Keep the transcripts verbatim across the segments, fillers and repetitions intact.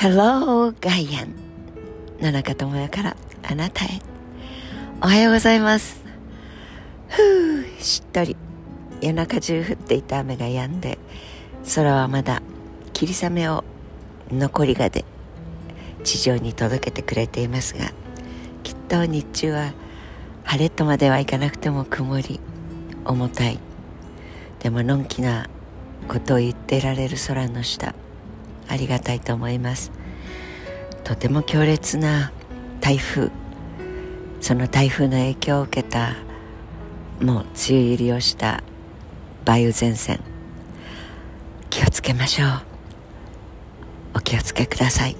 Hello ガイアン、野中智也からあなたへ。おはようございます。ふう、しっとり夜中中降っていた雨が止んで、空はまだ霧雨を残りがで地上に届けてくれていますが、きっと日中は晴れとまではいかなくても曇り重たい、でものんきなことを言っていられる空の下、ありがたいと思います。とても強烈な台風、その台風の影響を受けた、もう梅雨入りをした梅雨前線、気をつけましょう。お気をつけください。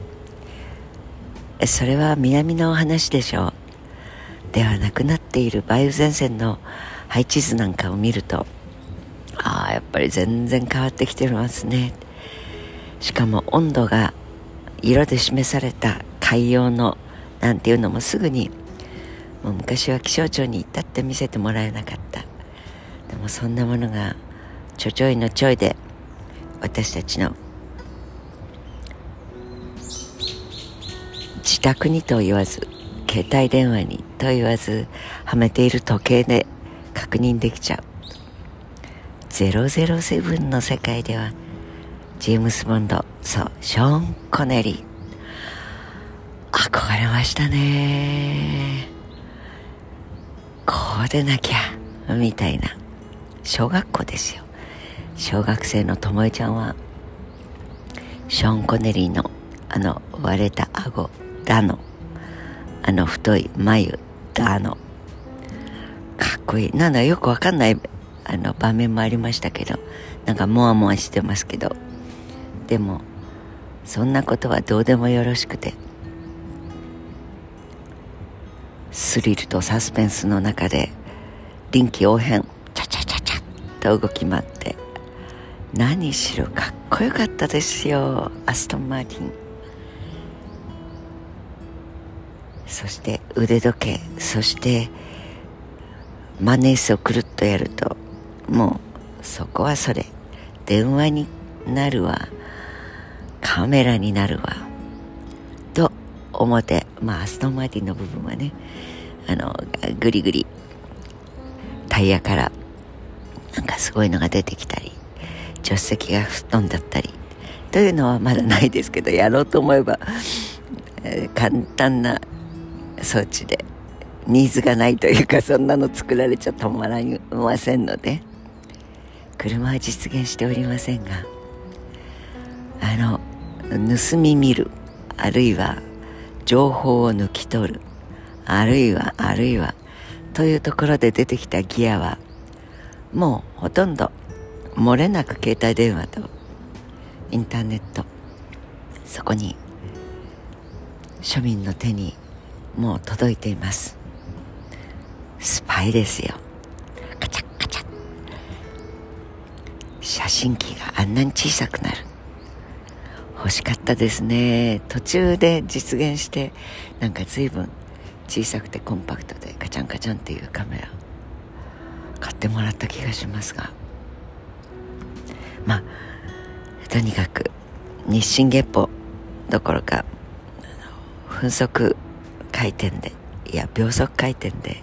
それは南のお話でしょう。ではなくなっている梅雨前線の配置図なんかを見ると、ああやっぱり全然変わってきてますね。しかも温度が色で示された海洋のなんていうのもすぐに、もう昔は気象庁に行ったって見せてもらえなかった。でもそんなものがちょちょいのちょいで私たちの自宅にと言わず、携帯電話にと言わず、はめている時計で確認できちゃう。ゼロゼロセブンの世界ではジェームス・ボンド、そうショーン・コネリー、憧れましたね。こうでなきゃみたいな。小学校ですよ。小学生のともえちゃんはショーン・コネリーのあの割れた顎だの、あの太い眉だの、かっこいい。なんだよくわかんないあの場面もありましたけど、なんかもわもわしてますけど、でもそんなことはどうでもよろしくて、スリルとサスペンスの中で臨機応変、チャチャチャチャと動き回って、何しろかっこよかったですよ、アストンマーティン。そして腕時計、そしてマネースをくるっとやると、もうそこはそれ、電話になるわ、カメラになるわと思って、まあアストンマーティンの部分はね、あのグリグリタイヤからなんかすごいのが出てきたり、助手席が吹っ飛んだったりというのはまだないですけど、やろうと思えば、えー、簡単な装置でニーズがないというか、そんなの作られちゃ止まらませんので、車は実現しておりませんが、あの盗み見る、あるいは情報を抜き取る、あるいはあるいはというところで出てきたギアは、もうほとんど漏れなく携帯電話とインターネット、そこに庶民の手にもう届いています。スパイですよ。カチャッカチャッ、写真機があんなに小さくなる。欲しかったですね。途中で実現して、なんか随分小さくてコンパクトでカチャンカチャンっていうカメラ買ってもらった気がしますが、まあとにかく日進月歩どころか分速回転で、いや秒速回転で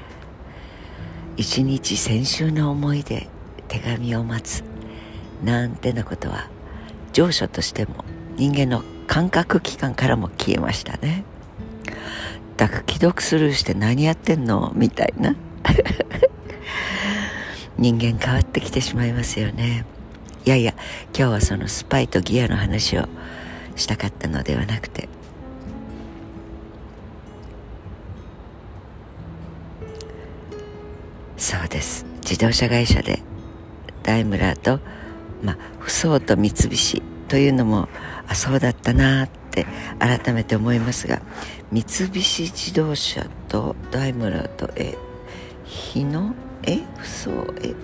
一日先週の思いで手紙を待つなんてなことは、上書としても人間の感覚器官からも消えましたね。だから既読スルーして何やってんのみたいな人間変わってきてしまいますよね。いやいや、今日はそのスパイとギアの話をしたかったのではなくて、そうです、自動車会社でダイムラーと、まあフソーと三菱というのも、あ、そうだったなって改めて思いますが、三菱自動車とダイムラーとえ日野えフソー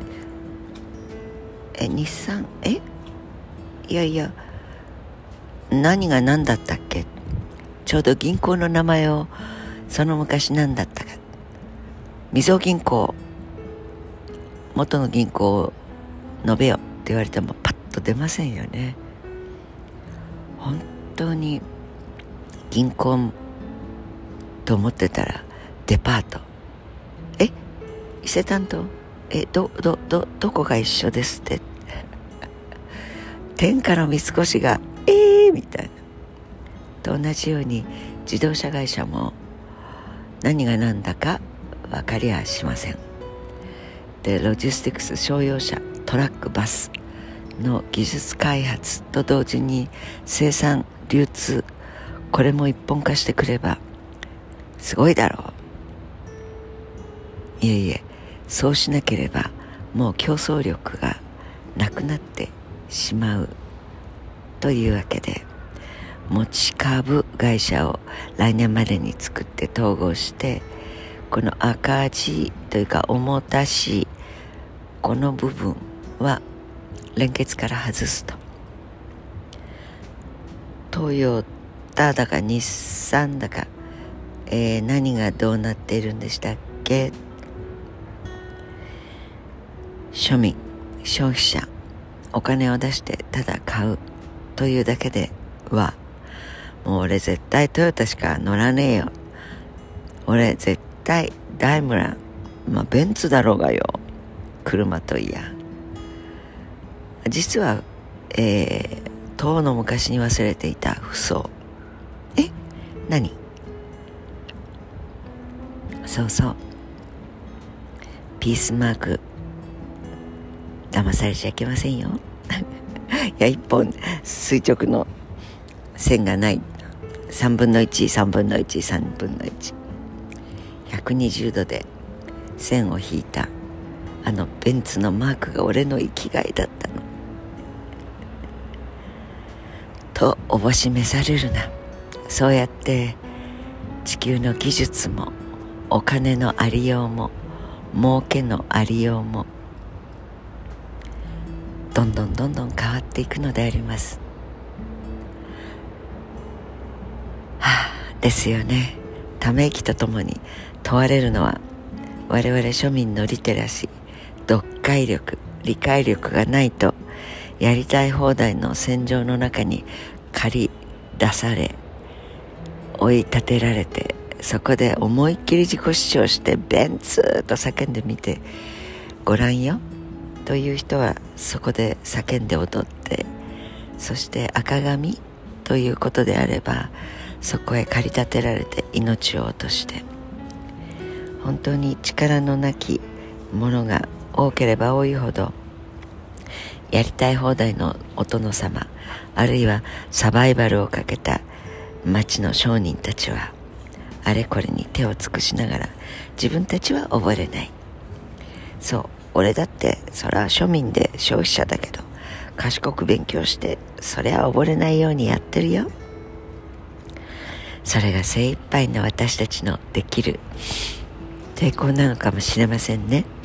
ええ日産えいやいや何が何だったっけ。ちょうど銀行の名前をその昔何だったか、みずほ銀行、元の銀行を述べよって言われてもパッと出ませんよね。本当に銀行と思ってたらデパート、え伊勢丹とえどどどどこが一緒ですって天下の三越がえーみたいなと同じように、自動車会社も何が何だか分かりはしません。でロジスティクス、商用車、トラック、バスの技術開発と同時に生産、流通、これも一本化してくればすごいだろう。いえいえ、そうしなければもう競争力がなくなってしまうというわけで、持ち株会社を来年までに作って統合して、この赤字というか重たし、この部分は連結から外すと、トヨタだか日産だか、えー、何がどうなっているんでしたっけ。庶民、消費者、お金を出してただ買うというだけでは、もう俺絶対トヨタしか乗らねえよ、俺絶対ダイムラー、まあベンツだろうがよ、車といや。実は、えー、とうの昔に忘れていた不相。え何そうそう、ピースマーク騙されちゃいけませんよいや、一本垂直の線がない、さんぶんのいち、さんぶんのいち、さんぶんのいち、ひゃくにじゅうどで線を引いたあのベンツのマークが俺の生きがいだったのとおぼし召されるな。そうやって地球の技術もお金のありようも儲けのありようもどんどんどんどん変わっていくのであります。はあ、ですよね。ため息とともに問われるのは、我々庶民のリテラシー、読解力、理解力がないと、やりたい放題の戦場の中に駆り出され、追い立てられて、そこで思いっきり自己主張してベンツと叫んでみてごらんよという人は、そこで叫んで踊って、そして赤髪ということであれば、そこへ駆り立てられて命を落として、本当に力のなきものが多ければ多いほど、やりたい放題のお殿様、あるいはサバイバルをかけた町の商人たちは、あれこれに手を尽くしながら自分たちは溺れない。そう、俺だってそれは庶民で消費者だけど、賢く勉強してそれは溺れないようにやってるよ。それが精一杯の私たちのできる抵抗なのかもしれませんね。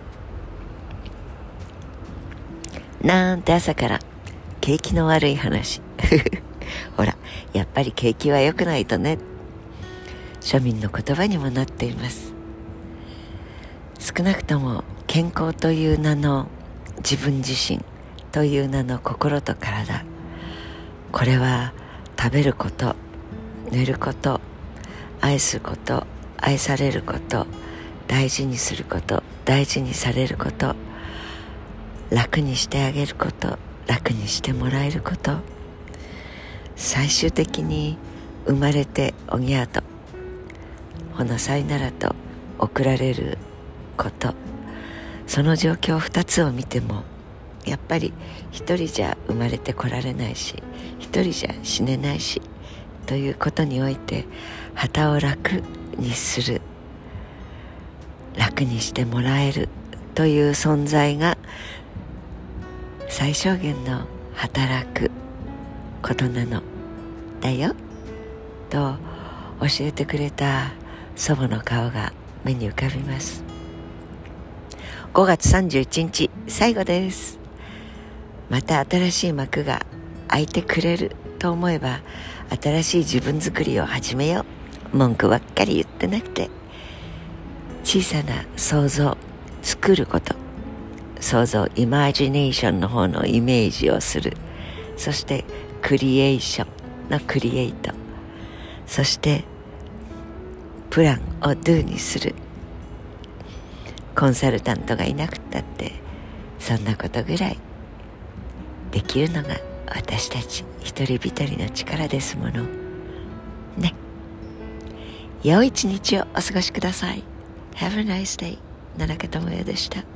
なんて朝から景気の悪い話ほら、やっぱり景気は良くないとね、庶民の言葉にもなっています。少なくとも健康という名の自分自身という名の心と体、これは食べること、寝ること、愛すること、愛されること、大事にすること、大事にされること、楽にしてあげること、楽にしてもらえること、最終的に生まれておぎゃーとほなさいならと送られること、その状況二つを見ても、やっぱり一人じゃ生まれてこられないし、一人じゃ死ねないしということにおいて、旗を楽にする、楽にしてもらえるという存在が最小限の働くことなのだよと教えてくれた祖母の顔が目に浮かびます。ごがつさんじゅういちにち最後です。また新しい幕が開いてくれると思えば、新しい自分作りを始めよう。文句ばっかり言ってなくて、小さな想像、作ること、想像、イマジネーションの方のイメージをする、そしてクリエーションのクリエイト、そしてプランを Do にする。コンサルタントがいなくったってそんなことぐらいできるのが私たち一人一人の力ですものね。良い一日をお過ごしください。 Have a nice day。 野中智也でした。